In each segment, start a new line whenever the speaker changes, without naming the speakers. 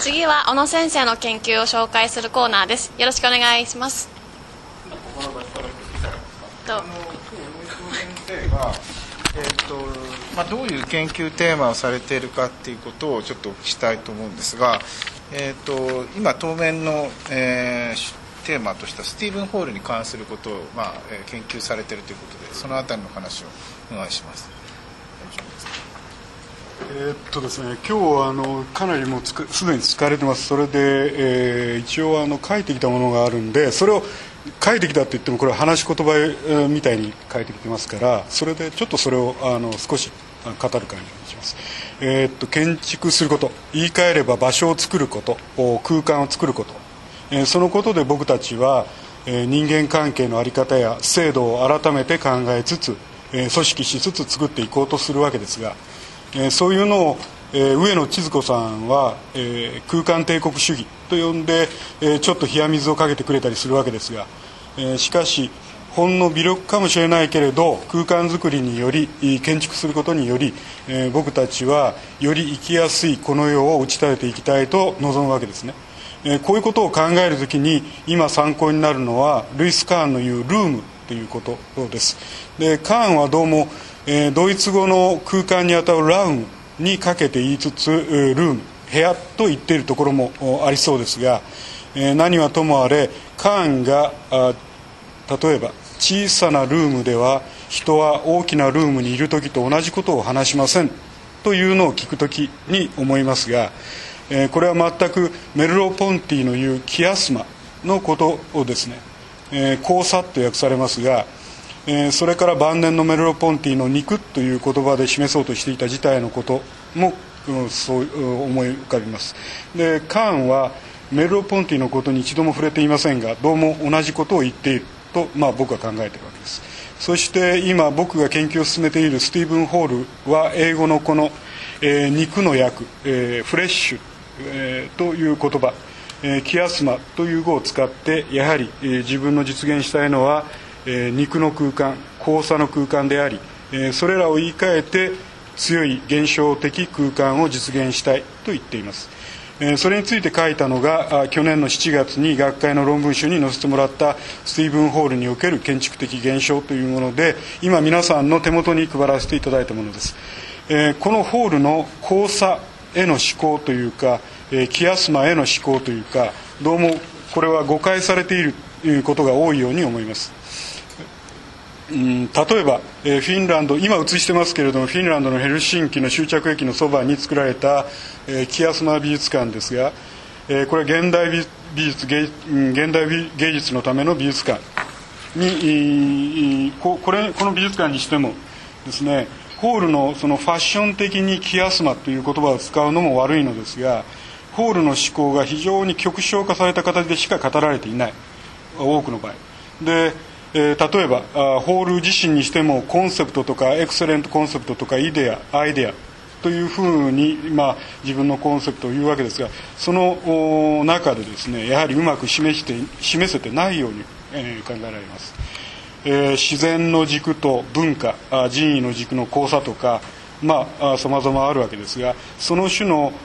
次は小野先生の研究を紹介するコーナーです。よろしくお願いします。
小野先生が、どういう研究テーマをされているかっていうことをちょっとお聞きしたいと思うんですが、今当面の、テーマとしたスティーブン・ホールに関することを、研究されているということで、そのあたりの話をお願いします。
ですね、今日かなりもうすでに疲れてます。それで、一応書いてきたものがあるんで、それを書いてきたといってもこれは話し言葉みたいに書いてきてますから、それでちょっとそれを少し語る感じにします。建築すること、言い換えれば場所を作ること、空間を作ること、そのことで僕たちは人間関係の在り方や制度を改めて考えつつ、組織しつつ作っていこうとするわけですが、そういうのを上野千鶴子さんは、空間帝国主義と呼んで、ちょっと冷や水をかけてくれたりするわけですが、しかしほんの微力かもしれないけれど、空間づくりにより建築することにより、僕たちはより生きやすいこの世を打ち立てていきたいと望むわけですね。こういうことを考えるときに今参考になるのはルイス・カーンの言うルームということです。でカーンはどうもドイツ語の空間にあたるラウムにかけて言いつつルーム、部屋と言っているところもありそうですが、何はともあれカーンが例えば小さなルームでは人は大きなルームにいる時と同じことを話しませんというのを聞く時に思いますが、これは全くメルロ・ポンティの言うキアスマのことをですね、交差と訳されますが、それから晩年のメルロ・ポンティの肉という言葉で示そうとしていた事態のことも、そう思い浮かびます。でカーンはメルロ・ポンティのことに一度も触れていませんが、どうも同じことを言っていると、僕は考えているわけです。そして今僕が研究を進めているスティーブン・ホールは英語のこの、肉の訳、フレッシュ、という言葉、キアスマという語を使ってやはり、自分の実現したいのは、肉の空間、交差の空間であり、それらを言い換えて強い現象的空間を実現したいと言っています。それについて書いたのが去年の7月に学会の論文集に載せてもらったスティーブン・ホールにおける建築的現象というもので、今皆さんの手元に配らせていただいたものです。このホールの交差への思考というか、キアスマへの思考というか、どうもこれは誤解されているということが多いように思います。例えば、フィンランド、今映してますけれども、フィンランドのヘルシンキの終着駅のそばに作られた、キアスマ美術館ですが、これは現代芸術のための美術館に、この美術館にしてもですね、ホールのそのファッション的にキアスマという言葉を使うのも悪いのですが、ホールの思考が非常に極小化された形でしか語られていない、多くの場合で、例えばホール自身にしてもコンセプトとかエクセレントコンセプトとかアイデアというふうに、自分のコンセプトを言うわけですが、その中でですね、やはりうまく示せてないように、考えられます。自然の軸と文化、人為の軸の交差とか、様々あるわけですが、その種の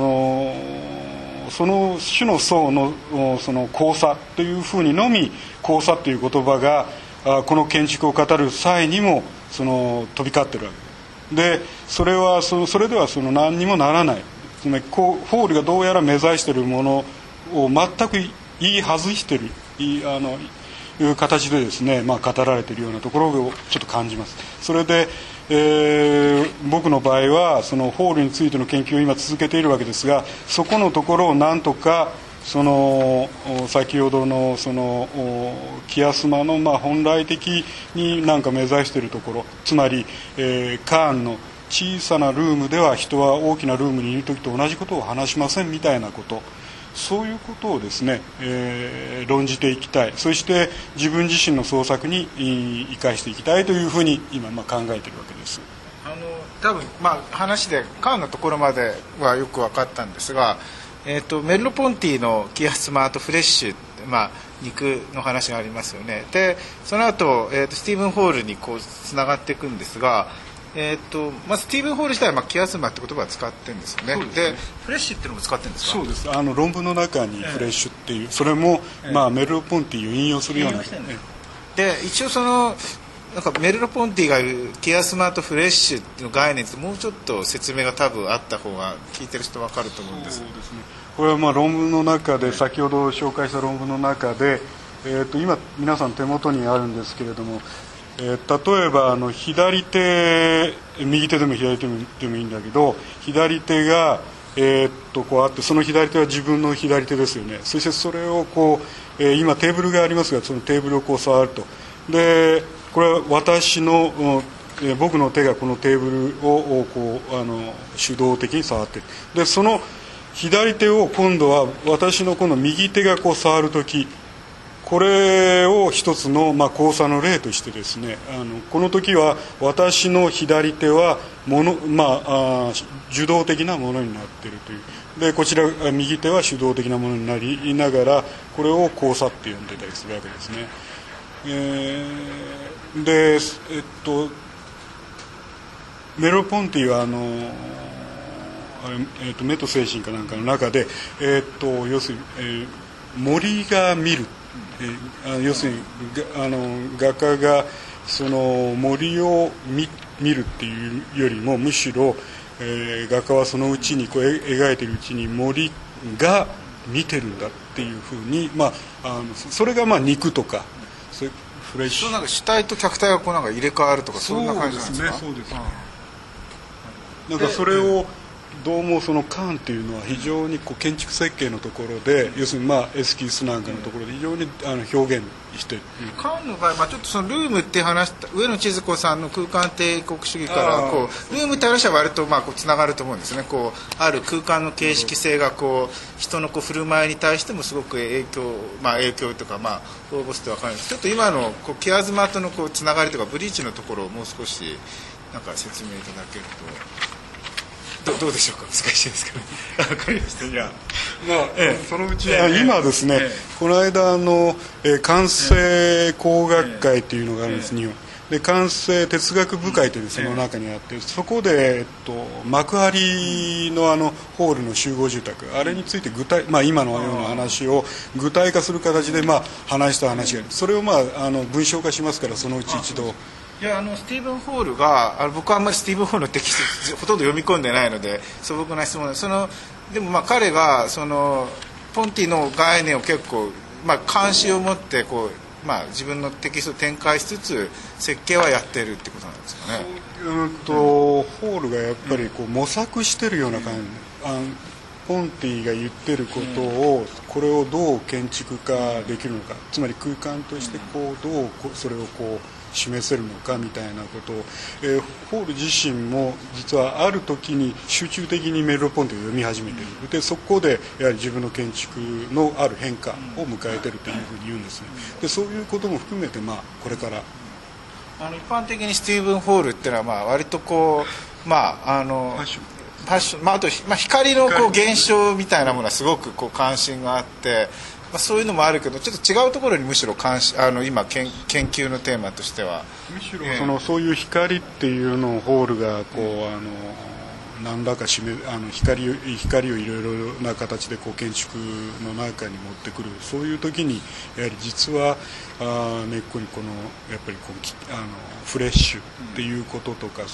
層のその交差というふうにのみ、交差という言葉がこの建築を語る際にも飛び交っているわけで、それでは何にもならない。つまりホールがどうやら目指しているものを全く言い外しているいう形でですね、語られているようなところをちょっと感じます。それで、僕の場合はそのホールについての研究を今続けているわけですが、そこのところをなんとか先ほどのキアスマの本来的に目指しているところ、つまり、カーンの小さなルームでは人は大きなルームにいる時と同じことを話しませんみたいなこと、そういうことをですね、論じていきたい。そして自分自身の創作に生かしていきたいというふうに今考えているわけです。
多分話でカーンのところまではよく分かったんですが、メルロ・ポンティのキアスマとフレッシュ、肉の話がありますよね。でその後、スティーブン・ホールにつながっていくんですが、 まずスティーブン・ホール自体は、キアスマって言葉を使ってるんですよね。でフレッシュっていうのも使ってるんですか？
そうです。論文の中にフレッシュっていう、それも、メルロポンティを引用するような、
で一応なんかメルロポンティが言うキアスマとフレッシュの概念ってもうちょっと説明が多分あった方が聞いてる人分かると思うんです。
そうですね。これは論文の中で、先ほど紹介した論文の中で、今皆さん手元にあるんですけれども、例えば左手、右手でも左手でもいいんだけど、左手が、こうあって、その左手は自分の左手ですよね。そしてそれをこう、今テーブルがありますが、そのテーブルをこう触ると。でこれは私の、僕の手がこのテーブルをこう手動的に触っている。でその左手を今度は私のこの右手がこう触るとき、これを一つの、交差の例としてですね、この時は私の左手は受動的なものになっているという。でこちら右手は手動的なものになりながら、これを交差って呼んでたりするわけですね。でメロポンティはメト精神かなんかの中で、要するに、森が見る、要するに画家がその森を見るっていうよりも、むしろ、画家はそのうちにこう描いているうちに森が見てるんだっていうふうに、それが肉とかフレッシュ、
なんか主体と客体がこうなんか入れ替わるとか、そんな感じなんですか？
そうですね。なんかそれをどうもそのカーンっていうのは非常にこう建築設計のところで、要するにエスキースなんかのところで非常に表現している。
カーンの場合、ちょっとそのルームって話した上野千鶴子さんの空間帝国主義からこうルームって話は割とこうつながると思うんですね。こうある空間の形式性がこう人のこう振る舞いに対してもすごく影響とか及ぼすって分かるんです。ちょっと今のこうキアズマとのこうつながりとかブリーチのところをもう少しなんか説明いただけると。どうでしょうか？難しいですかね。わかりました。じゃあ、そのうち
今ですね、この間関西工学会というのがあるんです、日本で。関西哲学部会というのがその中にあって、そこで、幕張のホールの集合住宅、あれについて今のような話を具体化する形で話した話がある。それを文章化しますから、そのうち一度。
いやスティーブン・ホールが僕はあんまりスティーブン・ホールのテキストほとんど読み込んでないので素朴な質問でも彼がポンティの概念を結構関心を持ってこう、自分のテキストを展開しつつ設計はやってるってことなんですかね。
ホールがやっぱりこう模索してるような感じ、ポンティが言ってることを、これをどう建築化できるのか、つまり空間としてこうどうそれをこう示せるのかみたいなことを、ホール自身も実はある時に集中的にメルロポンティを読み始めている。でそこでやはり自分の建築のある変化を迎えているというふうに言うんですね。でそういうことも含めてこれから
一般的にスティーブン・ホールっていうのは割とこうファッション、あと光のこう現象みたいなものはすごくこう関心があって、そういうのもあるけど、ちょっと違うところにむしろ今研究のテーマとしては
むしろそういう光っていうのをホールがこう何らか光をいろいろな形でこう建築の中に持ってくる。そういう時にやはり実は根っこにこのやっぱりこうフレッシュっていうこととか、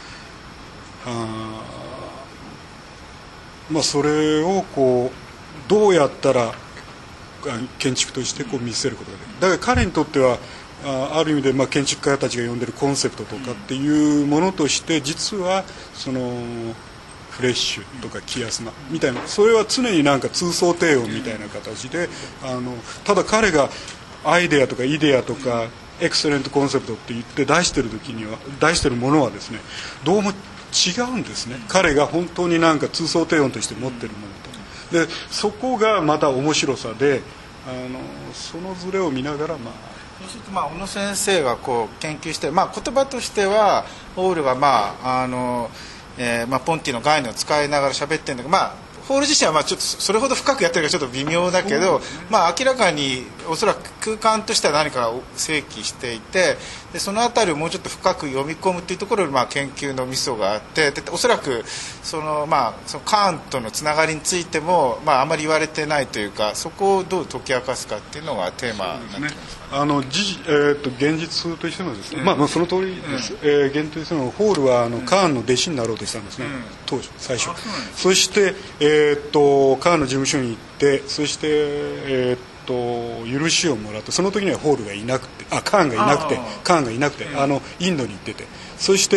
それをこうどうやったら建築としてこう見せることができる。だから彼にとってはある意味で建築家たちが呼んでるコンセプトとかっていうものとして、実はそのフレッシュとかキアスマみたいな、それは常になんか通奏低音みたいな形でただ彼がアイデアとかイデアとかエクセレントコンセプトって言って出してる時には、出してるものはですね、どうも違うんですね。彼が本当になんか通奏低音として持ってるものと、でそこがまた面白さで、そのズレを見ながら
そうすると小野先生がこう研究して、言葉としてはホールがポンティの概念を使いながら喋ってるんだけど、 ホール自身はまあちょっとそれほど深くやってるからちょっと微妙だけど、まあ、明らかにおそらく空間としては何かを整起していて、でその辺りをもうちょっと深く読み込むっていうところにまあ研究のミソがあって、でおそらくそのカーンとのつながりについても、まあ、あまり言われてないというか、そこをどう解き明かすかっていうのがテーマになってますかね。
現実としてもですね、まあ、その通りです、現実としてもホールはカーンの弟子になろうとしたんですね、当初最初。そして、カーンの事務所に行って、そして、許しをもらって、その時にはホールがいなくて、カーンがいなくて、インドに行ってて、そして、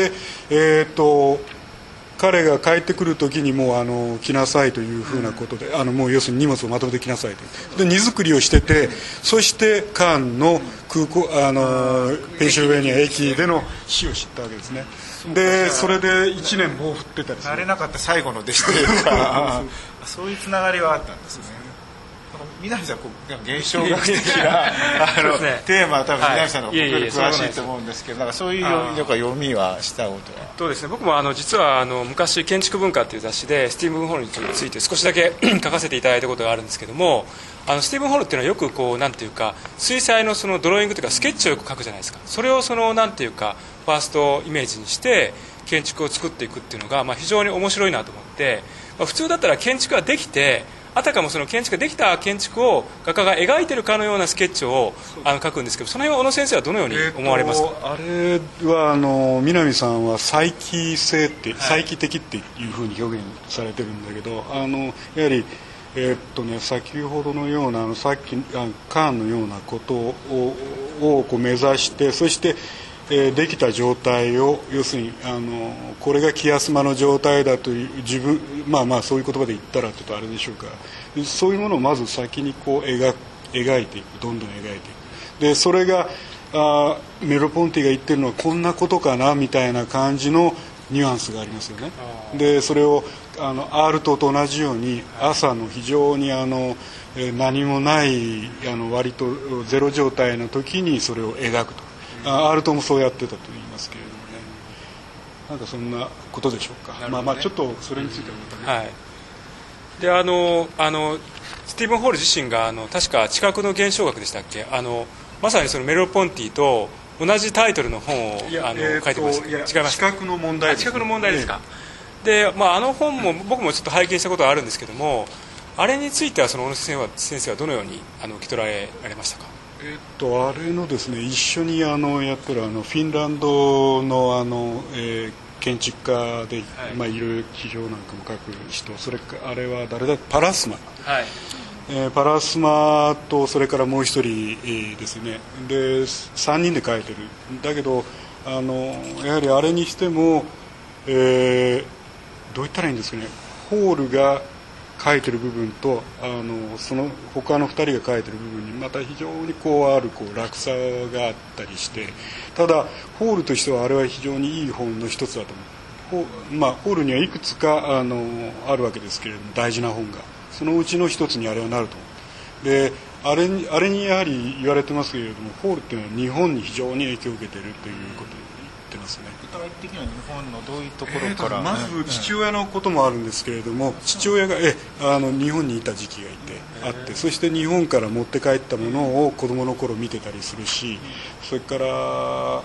彼が帰ってくる時にもう来なさいというふうなことで、もう要するに荷物をまとめてきなさいとで荷造りをしてて、そしてカーンの空港ペンシルベニア駅での死を知ったわけですね。でそれで1年棒を振ってたりする、
なれなかった最後の弟子というかそういうつながりはあったんですね。南さん現象学的なテーマは多分南さんの方が詳しいと思うんですけど、なんかそういう読みはしたことは。
そうですね、僕も実は昔建築文化っていう雑誌でスティーブン・ホールについて少しだけ書かせていただいたことがあるんですけども、スティーブン・ホールっていうのはよくこうなんていうか水彩のそのドローイングというかスケッチをよく書くじゃないですか。それをそのなんていうかファーストイメージにして建築を作っていくっていうのが、非常に面白いなと思って、普通だったら建築ができてあたかもその建築ができた建築を画家が描いてるかのようなスケッチを書くんですけど、その辺は小野先生はどのように思われますか。
あれは南さんは再帰性って再帰的っていうふうに表現されてるんだけど、やはり先ほどのようなさっきカーンのようなことをこう目指して、そしてできた状態を要するにこれが気休まの状態だという自分そういう言葉で言ったらちょっとあれでしょうか、そういうものをまず先にこう描いていく、どんどん描いていく。でそれがメロポンティが言ってるのはこんなことかなみたいな感じのニュアンスがありますよね。でそれをアールトと同じように朝の非常に何もない割とゼロ状態の時にそれを描くと。アールトもそうやってたと言いますけれどもね、なんかそんなことでしょうか。ちょっとそれについてはまたね。
でスティーブン・ホール自身が確か地殻の現象学でしたっけ、まさにそのメロポンティと同じタイトルの本を書いてました。違います。
地殻の問題です。
地殻の問題ですか。で、本も僕もちょっと拝見したことがあるんですけども、あれについてはその小野先生はどのように受け取られましたか。
あれのですね、一緒にやってるフィンランドの建築家で、いろいろ地表なんかも書く人、それかあれは誰だ、パラスマ、パラスマとそれからもう一人、ですね。で3人で書いてる。だけどやはりあれにしても、どう言ったらいいんですかね、ホールが書いてる部分とその他の2人が書いてる部分にまた非常に落差があったりして、ただホールとしてはあれは非常にいい本の一つだと思う。ホールにはいくつかあるわけですけれども、大事な本がそのうちの一つにあれはなると思う。であれにやはり言われてますけれども、ホールっていうのは日本に非常に影響を受けているということで言ってますね。
具体的には日本のどういうところから、
まず父親のこともあるんですけれども、父親が日本にいた時期があって、そして日本から持って帰ったものを子供の頃見てたりするし、それから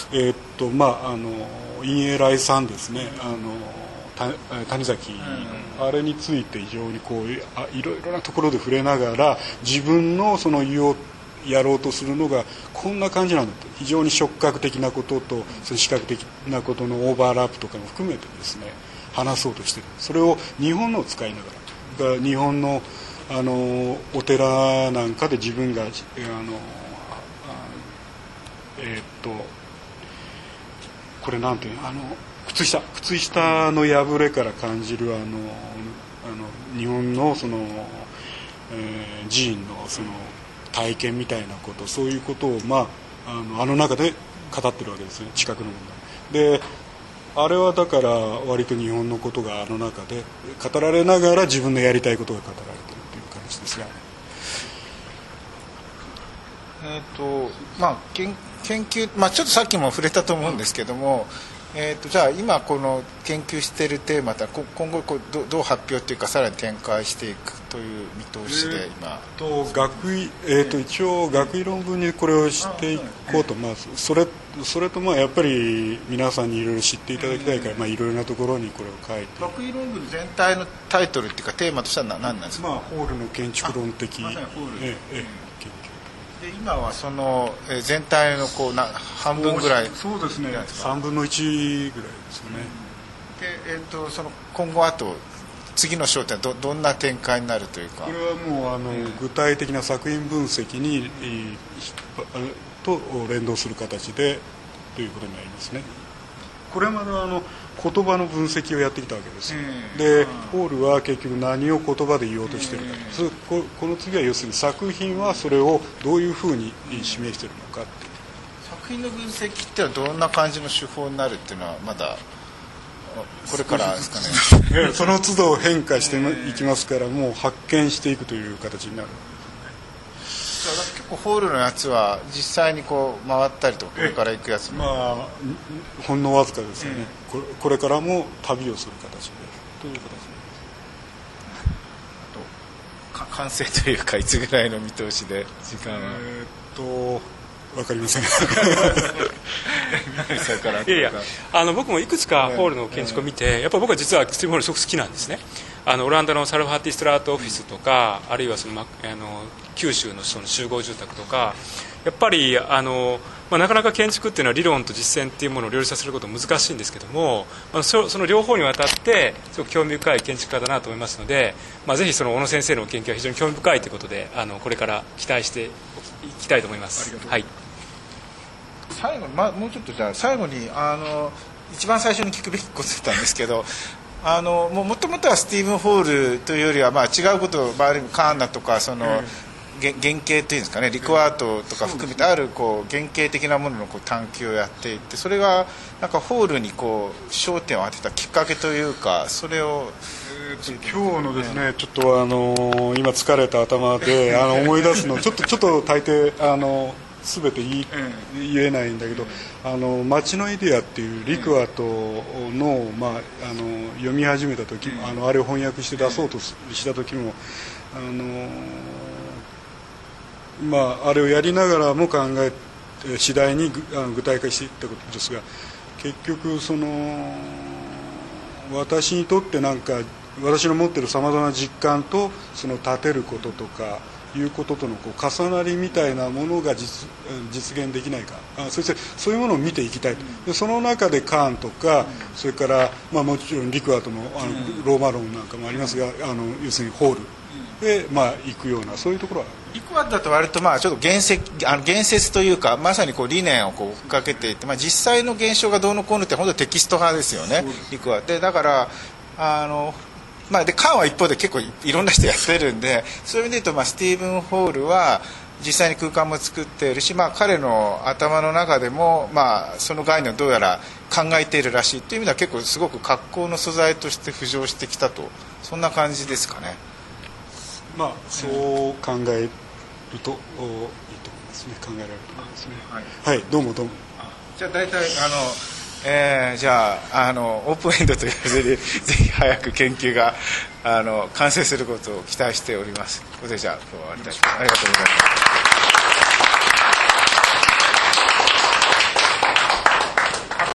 陰影来さんですね、谷崎、あれについて非常にいろいろなところで触れながら、自分のその言おうやろうとするのがこんな感じなんだと、非常に触覚的なこととその視覚的なことのオーバーラップとかも含めてですね、話そうとしている。それを日本のを使いながら、日本のお寺なんかで自分がこれなんていう靴下の破れから感じる日本のその、寺院のその体験みたいなこと、そういうことを中で語ってるわけですね、地殻の問題で。あれはだから割と日本のことが中で語られながら自分のやりたいことが語られてるっていう感じですが、
研究、ちょっとさっきも触れたと思うんですけども、 じゃあ今この研究しているテーマは今後どう発表というかさらに展開していくという見通しで今、
一応学位論文にこれをしていこうと、それとやっぱり皆さんにいろいろ知っていただきたいから、いろいろなところにこれを書いて、
学位論文全体のタイトルっていうかテーマとしては何なんですか？
ホールの建築論的
まさにホール
研究
で、今はその全体の半分ぐらい、
そうですね、3分の1ぐらいですね。
で、その今後あと次の焦点はどんな展開になるというか、
これはもう具体的な作品分析にと連動する形でということになりますね。これまでは言葉の分析をやってきたわけです。でホールは結局何を言葉で言おうとしているか、この次は要するに作品はそれをどういうふうに示しているのかっていう。
作品の分析っていうのはどんな感じの手法になるっていうのはまだこれからですかね。
その都度変化していきますから、もう発見していくという形になる。
結構ホールのやつは実際に回ったりとかこれから行くやつも、
ほんのわずかですよね。これからも旅をする形でという形で、
完成というかいつぐらいの見通しで時間は
分かりません。
僕もいくつかホールの建築を見て、やっぱ僕は実はスティーブン・ホールすごく好きなんですね。オランダのサルファティストラートオフィスとか、あるいは九州のその集合住宅とか、やっぱりなかなか建築っていうのは理論と実践っていうものを両立させることは難しいんですけども、その両方にわたってすごく興味深い建築家だなと思いますので、ぜひその小野先生の研究は非常に興味深いということで、これから期待していきたいと思います。はい、
最後に、もうちょっとじゃあ最後に一番最初に聞くべきことだったんですけど、もともとはスティーブン・ホールというよりは、違うことを、ある意味カーンナとか原型というんですかね、リクワートとか含めてある原型的なものの探求をやっていて、それがなんかホールに焦点を当てたきっかけというか、それを
今日のですね、ちょっと今疲れた頭で思い出すのちょっと大抵全て言えないんだけど、街のイデアっていうリクワートの、読み始めた時も、あれを翻訳して出そうとした時もあれをやりながらも考え次第に具体化していったことですが、結局私にとって私の持っているさまざまな実感と立てることとかいうこととの重なりみたいなものが実現できないか、そしてそういうものを見ていきたいと。でその中でカーンとか、それから、もちろんリクワートのローマ論なんかもありますが、要するにホールで行くような、そういうところは
リクワートだと割とちょっと言説というか、まさに理念を追っかけていて、実際の現象がどうのこうのって本当テキスト派ですよね、リクワートで。だからでカーンは一方で結構いろんな人やってるんで、そういう意味で言うと、スティーブン・ホールは実際に空間も作っているし、彼の頭の中でも、その概念をどうやら考えているらしいという意味では、結構すごく格好の素材として浮上してきたと、そんな感じですかね。
そう考えるといいと思いますね。考えられると思いますね。はい、どうも。
じゃあ大体じゃあオープンエンドということでぜひ早く研究が完成することを期待しております。ここでじゃあ今日は終わりたいと思います。ありがとうございます。